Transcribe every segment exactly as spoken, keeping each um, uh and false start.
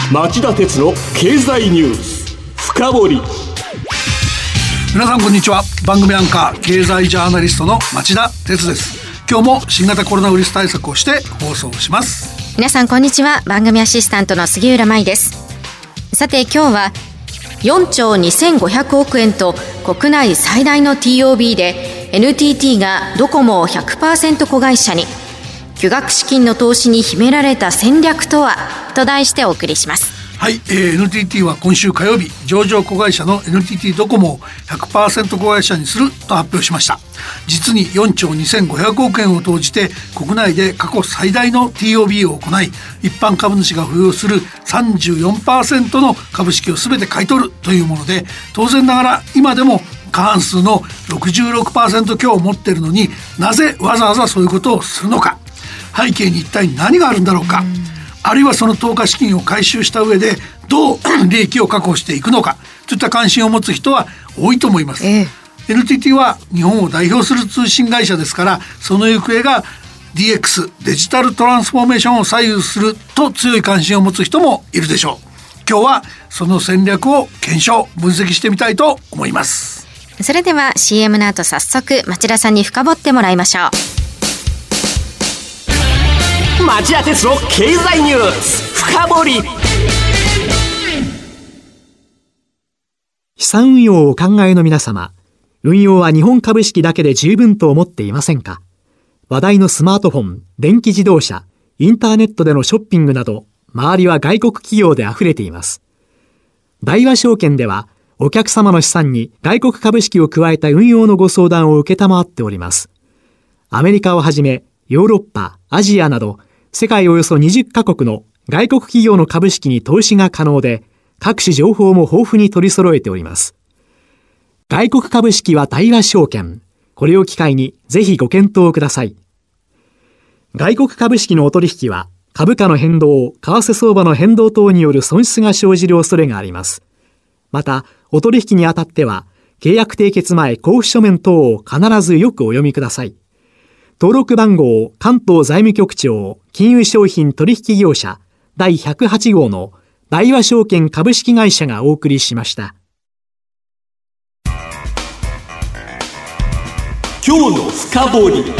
町田鉄の経済ニュース深掘り。 皆さんこんにちは。番組アンカー経済ジャーナリストの町田鉄です。今日も新型コロナウイルス対策をして放送します。 皆さんこんにちは。番組アシスタントの杉浦舞です。さて今日はよんちょうにせんごひゃくおくえんと国内最大の ティーオービー で エヌティーティー がドコモを ひゃくパーセント 子会社に、巨額資金の投資に秘められた戦略とはと題してお送りします。 はい、えー、エヌティーティー は今週火曜日、上場子会社の エヌティーティー ドコモを ひゃくパーセント 子会社にすると発表しました。実によんちょうにせんごひゃくおくえんを投じて国内で過去最大の ティーオービー を行い、一般株主が保有する さんじゅうよんパーセント の株式を全て買い取るというもので、当然ながら今でも過半数の ろくじゅうろくパーセント 強を持っているのに、なぜわざわざそういうことをするのか、背景に一体何があるんだろうか、あるいはその投下資金を回収した上でどう利益を確保していくのかといった関心を持つ人は多いと思います、えー、エヌティーティー は日本を代表する通信会社ですから、その行方が ディーエックス デジタルトランスフォーメーションを左右すると強い関心を持つ人もいるでしょう。今日はその戦略を検証分析してみたいと思います。 それでは シーエム の後、早速町田さんに深掘ってもらいましょう。 町田鉄の経済ニュース深掘り。 資産運用をお考えの皆様、運用は日本株式だけで十分と思っていませんか？話題のスマートフォン、電気自動車、インターネットでのショッピングなど、周りは外国企業で溢れています。大和証券ではお客様の資産に外国株式を加えた運用のご相談を受けたまわっております。アメリカをはじめヨーロッパ、アジアなど世界およそにじゅっかこくの外国企業の株式に投資が可能で、各種情報も豊富に取り揃えております。外国株式は大和証券。これを機会にぜひご検討ください。外国株式のお取引は株価の変動、為替相場の変動等による損失が生じる恐れがあります。また、お取引にあたっては契約締結前交付書面等を必ずよくお読みください。登録番号関東財務局長金融商品取引業者だいひゃくはちごうの大和証券株式会社がお送りしました。 今日の深掘り。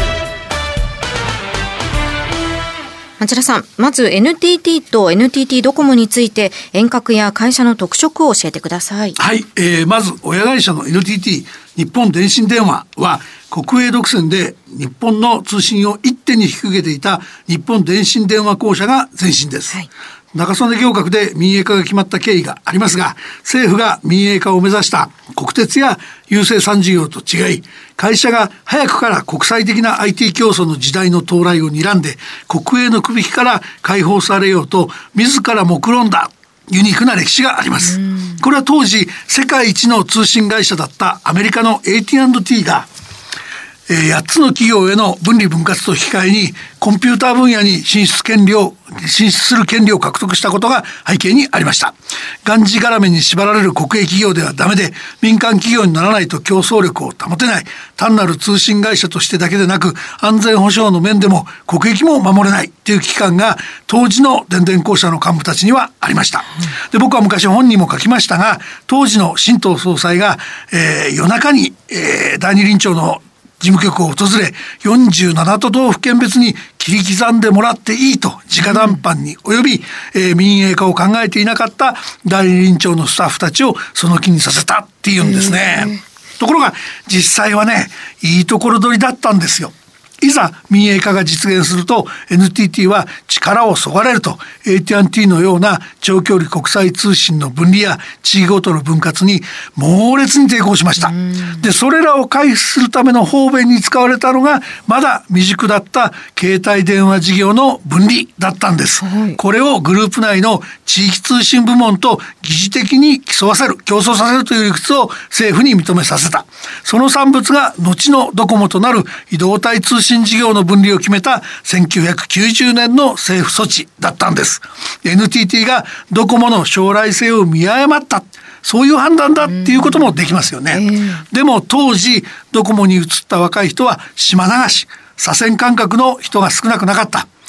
町田さん、まず エヌティーティー と エヌティーティー ドコモについて遠隔や会社の特色を教えてください。 はい、えー、まず親会社の エヌティーティー 日本電信電話は国営独占で日本の通信を一手に引き受けていた日本電信電話公社が前身です、はい。中曽根行革で民営化が決まった経緯がありますが、政府が民営化を目指した国鉄や郵政産事業と違い、会社が早くから国際的な アイティー 競争の時代の到来を睨んで国営の首引きから解放されようと自ら目論んだユニークな歴史があります。これは当時世界一の通信会社だったアメリカの エーティーアンドティー がやっつの企業への分離分割と引き換えにコンピューター分野に進出権利を進出する権利を獲得したことが背景にありました。がんじがらめに縛られる国営企業ではダメで、民間企業にならないと競争力を保てない、単なる通信会社としてだけでなく安全保障の面でも国益も守れないという危機感が当時の電電公社の幹部たちにはありました。で、僕は昔本にも書きましたが、当時の新党総裁が、えー、夜中に、えー、第二臨調の事務局を訪れ、よんじゅうななとどうふけん別に切り刻んでもらっていいと直談判に及び、えー、民営化を考えていなかった第二臨調のスタッフたちをその気にさせたっていうんですね。ところが実際はね、いいところ取りだったんですよ。いざ民営化が実現すると エヌティーティー は力をそがれると エーティーアンドティー のような長距離国際通信の分離や地域ごとの分割に猛烈に抵抗しました。で、それらを回避するための方便に使われたのがまだ未熟だった携帯電話事業の分離だったんです、はい、これをグループ内の地域通信部門と疑似的に競わせる競争させるという理屈を政府に認めさせた。その産物が後のドコモとなる移動体通信事業の分離を決めたせんきゅうひゃくきゅうじゅうねんの政府措置だったんです。 エヌティーティー がドコモの将来性を見誤った、そういう判断だっていうこともできますよね、えー、でも当時ドコモに移った若い人は島流し、左遷感覚の人が少なくなかった。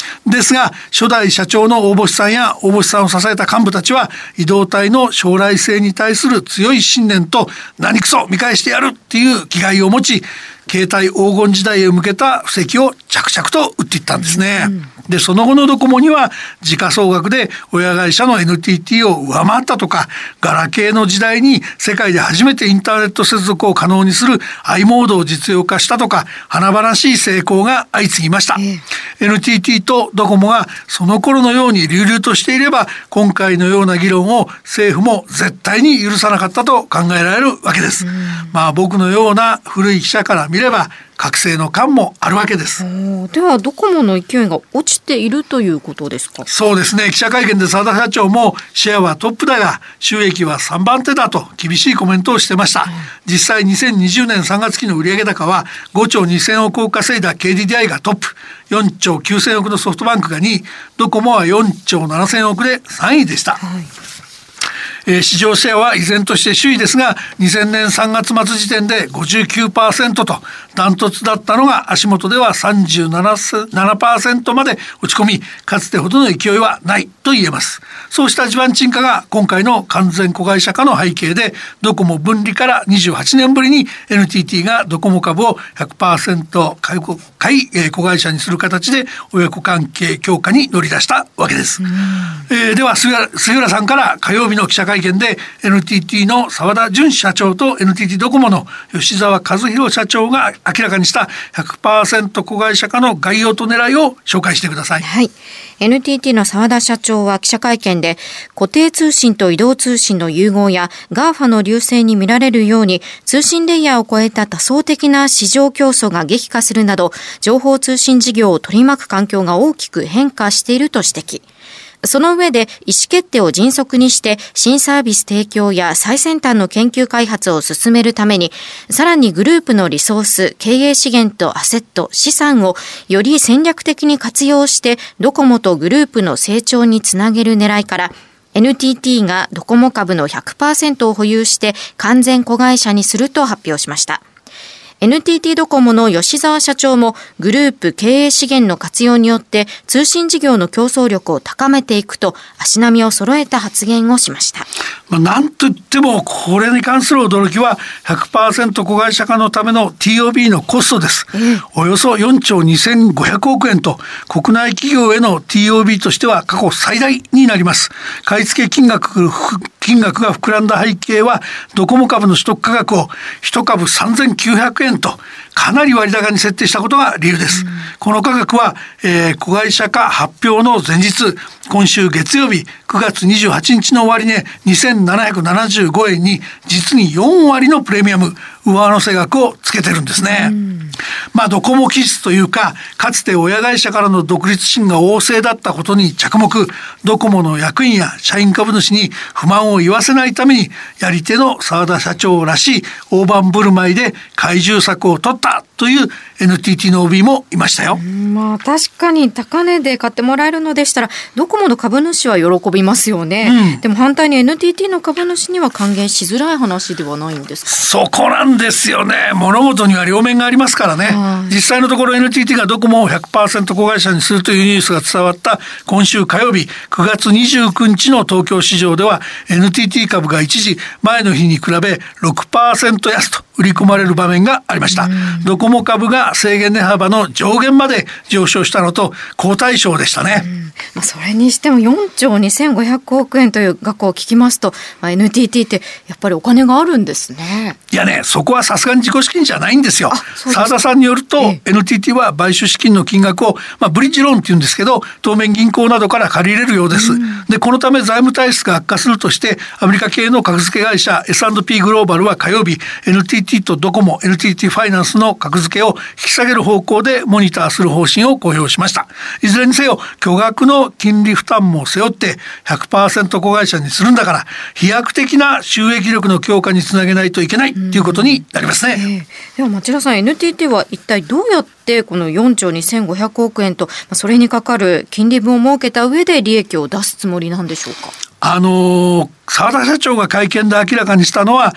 ですが初代社長の大星さんや大星さんを支えた幹部たちは移動体の将来性に対する強い信念と何くそ見返してやるっていう気概を持ち携帯黄金時代へ向けた布石を着々と打っていったんですね、うん、でその後のドコモには時価総額で親会社の エヌティーティー を上回ったとかガラケーの時代に世界で初めてインターネット接続を可能にする i モードを実用化したとか華々しい成功が相次ぎました、えー、エヌティーティー とドコモがその頃のように隆々としていれば今回のような議論を政府も絶対に許さなかったと考えられるわけです、うん、まあ僕のような古い記者から見れば覚醒の感もあるわけです。 ではドコモの勢いが落ちているということですか。 そうですね。記者会見で澤田社長もシェアはトップだが収益はさんばん手だと厳しいコメントをしてました、うん、実際にせんにじゅうねんさんがつ期の売上高はごちょうにせんおくを稼いだ ケーディーディーアイ がトップ、よんちょうきゅうせんおくのソフトバンクがにい、ドコモはよんちょうななせんおくでさんいでした、はい。えー、市場シェアは依然として首位ですがにせんねんさんがつ末時点で ごじゅうきゅうパーセント とダントツだったのが足元では さんじゅうななパーセント まで落ち込みかつてほどの勢いはないと言えます。そうした地盤沈下が今回の完全子会社化の背景でドコモ分離からにじゅうはちねんぶりに エヌティーティー がドコモ株を ひゃくパーセント 買い、えー、子会社にする形で親子関係強化に乗り出したわけです、えー、では杉浦さんから火曜日の記者会見で エヌティーティー の澤田純社長と エヌティーティー ドコモの吉澤和弘社長が明らかにした ひゃくパーセント 子会社化の概要と狙いを紹介してください。 はい、エヌティーティー の澤田社長は記者会見で固定通信と移動通信の融合や ガーファ の隆盛に見られるように通信レイヤーを超えた多層的な市場競争が激化するなど情報通信事業を取り巻く環境が大きく変化していると指摘。その上で意思決定を迅速にして新サービス提供や最先端の研究開発を進めるためにさらにグループのリソース、経営資源とアセット、資産をより戦略的に活用してドコモとグループの成長につなげる狙いからエヌティーティー がドコモ株の ひゃくパーセント を保有して完全子会社にすると発表しました。エヌティーティー ドコモの吉澤社長もグループ経営資源の活用によって通信事業の競争力を高めていくと足並みを揃えた発言をしました。 まあ、なんといってもこれに関する驚きは ひゃくパーセント 子会社化のための ティーオービー のコストです、うん、およそよんちょうにせんごひゃくおくえんと国内企業への ティーオービー としては過去最大になります。買い付け金額金額が膨らんだ背景はドコモ株の取得価格をいちかぶさんぜんきゅうひゃくえんとかなり割高に設定したことが理由です、うん、この価格は、えー、子会社化発表の前日今週月曜日くがつにじゅうはちにちの終値にせんななひゃくななじゅうごえんに実によんわりのプレミアム上乗せ額をつけてるんですね、うん、まあドコモ気質というかかつて親会社からの独立心が旺盛だったことに着目ドコモの役員や社員株主に不満を言わせないためにやり手の澤田社長らしい大盤振る舞いで懐柔策を取ったという エヌティーティー の オービー もいましたよ。 まあ確かに高値で買ってもらえるのでしたらドコモの株主は喜びますよね、うん、でも反対に エヌティーティー の株主には還元しづらい話ではないんですか。 そこなんですよね。物事には両面がありますからね、はい、実際のところ エヌティーティー がドコモを ひゃくパーセント 子会社にするというニュースが伝わった今週火曜日くがつにじゅうくにちの東京市場では エヌティーティー 株が一時前の日に比べ ろくパーセント 安と売り込まれる場面がありました。ドコモ株が制限値幅の上限まで上昇したのと好対照でしたね、うんまあ、それにしてもよんちょうにせんごひゃくおくえんという額を聞きますと、まあ、エヌティーティー ってやっぱりお金があるんですね。 いやねそこはさすがに自己資金じゃないんですよ。澤田さんによると、ええ、エヌティーティー は買収資金の金額を、まあ、ブリッジローンって言うんですけど当面銀行などから借りれるようです、うん、でこのため財務体質が悪化するとしてアメリカ系の格付け会社 エスアンドピー グローバルは火曜日 エヌティーティー とドコモ エヌティーティー ファイナンスの格付けを引き下げる方向でモニターする方針を公表しました。いずれにせよ巨額の金利負担も背負って ひゃくパーセント 子会社にするんだから飛躍的な収益力の強化につなげないといけないということになりますね、 えー、では町田さん エヌティーティー は一体どうやってこのよんちょうにせんごひゃくおくえんとそれにかかる金利分を設けた上で利益を出すつもりなんでしょうか。 あのー、澤田社長が会見で明らかにしたのは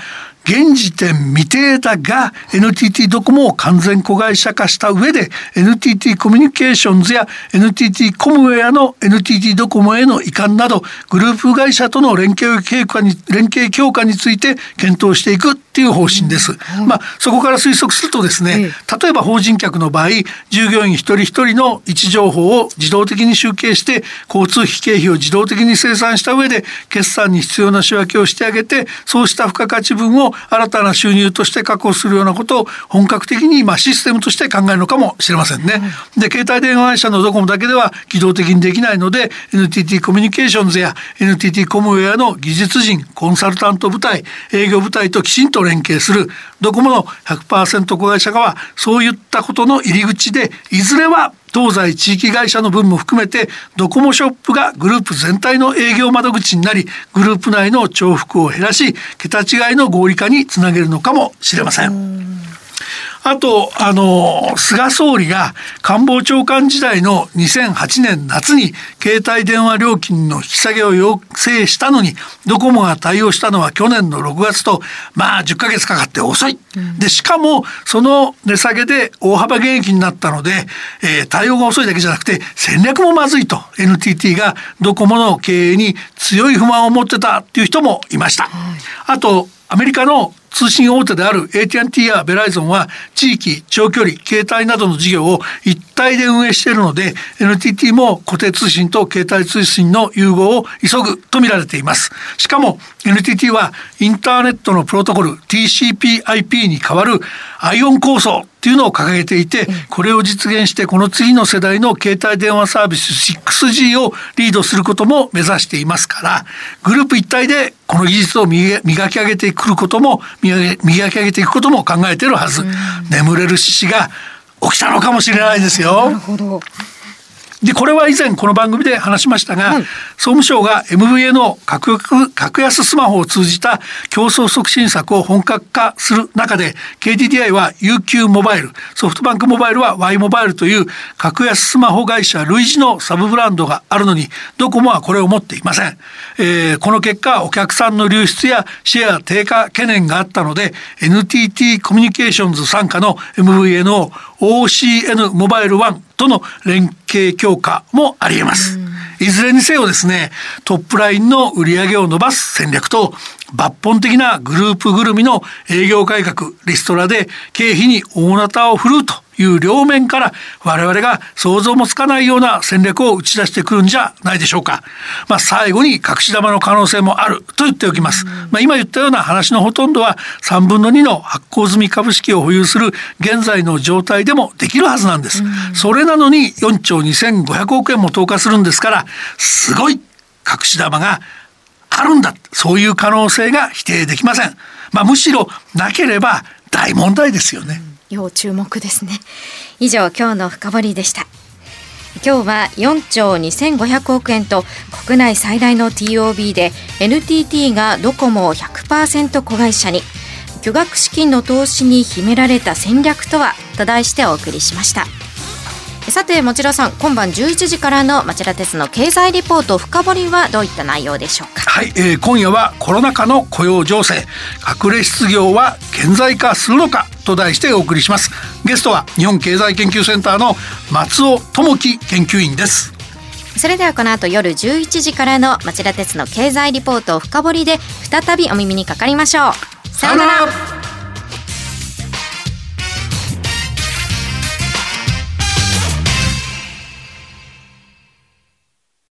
現時点未定だが エヌティーティー ドコモを完全子会社化した上で エヌティーティー コミュニケーションズや エヌティーティー コムウェアの エヌティーティー ドコモへの移管などグループ会社との連携強化に連携強化について検討していくっていう方針です、うん、まあそこから推測するとですね、例えば法人客の場合従業員一人一人の位置情報を自動的に集計して交通費経費を自動的に精算した上で決算に必要な仕分けをしてあげて、そうした付加価値分を新たな収入として確保するようなことを本格的に今システムとして考えるのかもしれませんね、うん、で携帯電話会社のドコモだけでは機動的にできないので エヌティーティー コミュニケーションズや エヌティーティー コムウェアの技術人コンサルタント部隊営業部隊ときちんと連携する。ドコモの ひゃくパーセント 子会社化はそういったことの入り口で、いずれは東西地域会社の分も含めてドコモショップがグループ全体の営業窓口になり、グループ内の重複を減らし桁違いの合理化につなげるのかもしれません。あとあの菅総理が官房長官時代のにせんはちねん夏に携帯電話料金の引き下げを要請したのにドコモが対応したのは去年のろくがつと、まあじゅっかげつかかって遅い、うん、でしかもその値下げで大幅減益になったので、えー、対応が遅いだけじゃなくて戦略もまずいと エヌティーティー がドコモの経営に強い不満を持ってたっていう人もいました、はい、あとアメリカの通信大手である エーティーアンドティー やベライゾンは地域、長距離、携帯などの事業を一体で運営しているので エヌティーティー も固定通信と携帯通信の融合を急ぐと見られています。しかも エヌティーティー はインターネットのプロトコル ティーシーピーアイピー に代わるアイオン構想っていうのを掲げていて、これを実現してこの次の世代の携帯電話サービス シックスジー をリードすることも目指していますから、グループ一体でこの技術を磨き上げてくることも磨き上げていくことも考えているはず。眠れる獅子が起きたのかもしれないですよ。 なるほど。 でこれは以前この番組で話しましたが、はい、総務省が エムブイエー の格, 格安スマホを通じた競争促進策を本格化する中で ケーティーディーアイ は ユーキュー モバイル、ソフトバンクモバイルは Y モバイルという格安スマホ会社類似のサブブランドがあるのにドコモはこれを持っていません、えー、この結果お客さんの流出やシェア低下懸念があったので エヌティーティー コミュニケーションズ傘下の エムブイエー の オーシーエヌ モバイルワンとの連携強化もあり得ます。いずれにせよですね、トップラインの売り上げを伸ばす戦略と抜本的なグループぐるみの営業改革、リストラで経費に大なたを振るうという両面から我々が想像もつかないような戦略を打ち出してくるんじゃないでしょうか。まあ、最後に隠し玉の可能性もあると言っておきます。まあ、今言ったような話のほとんどはさんぶんのにの発行済み株式を保有する現在の状態でもできるはずなんです。それなのによんちょうにせんごひゃくおくえんも投下するんですから、すごい隠し玉があるんだ、そういう可能性が否定できません。まあ、むしろなければ大問題ですよね。 要注目ですね。以上今日の深掘りでした。今日はよんちょうにせんごひゃくおくえんと国内最大の ティーオービー で エヌティーティー がドコモを ひゃくパーセント 子会社に、巨額資金の投資に秘められた戦略とはと題してお送りしました。さて持田さん、今晩じゅういちじからの町田鉄の経済リポート深掘りはどういった内容でしょうか。 はい、えー、今夜はコロナ禍の雇用情勢、隠れ失業は顕在化するのかと題してお送りします。ゲストは日本経済研究センターの松尾智樹研究員です。 それではこの後夜じゅういちじからの町田鉄の経済リポート深掘りで再びお耳にかかりましょう。さようなら。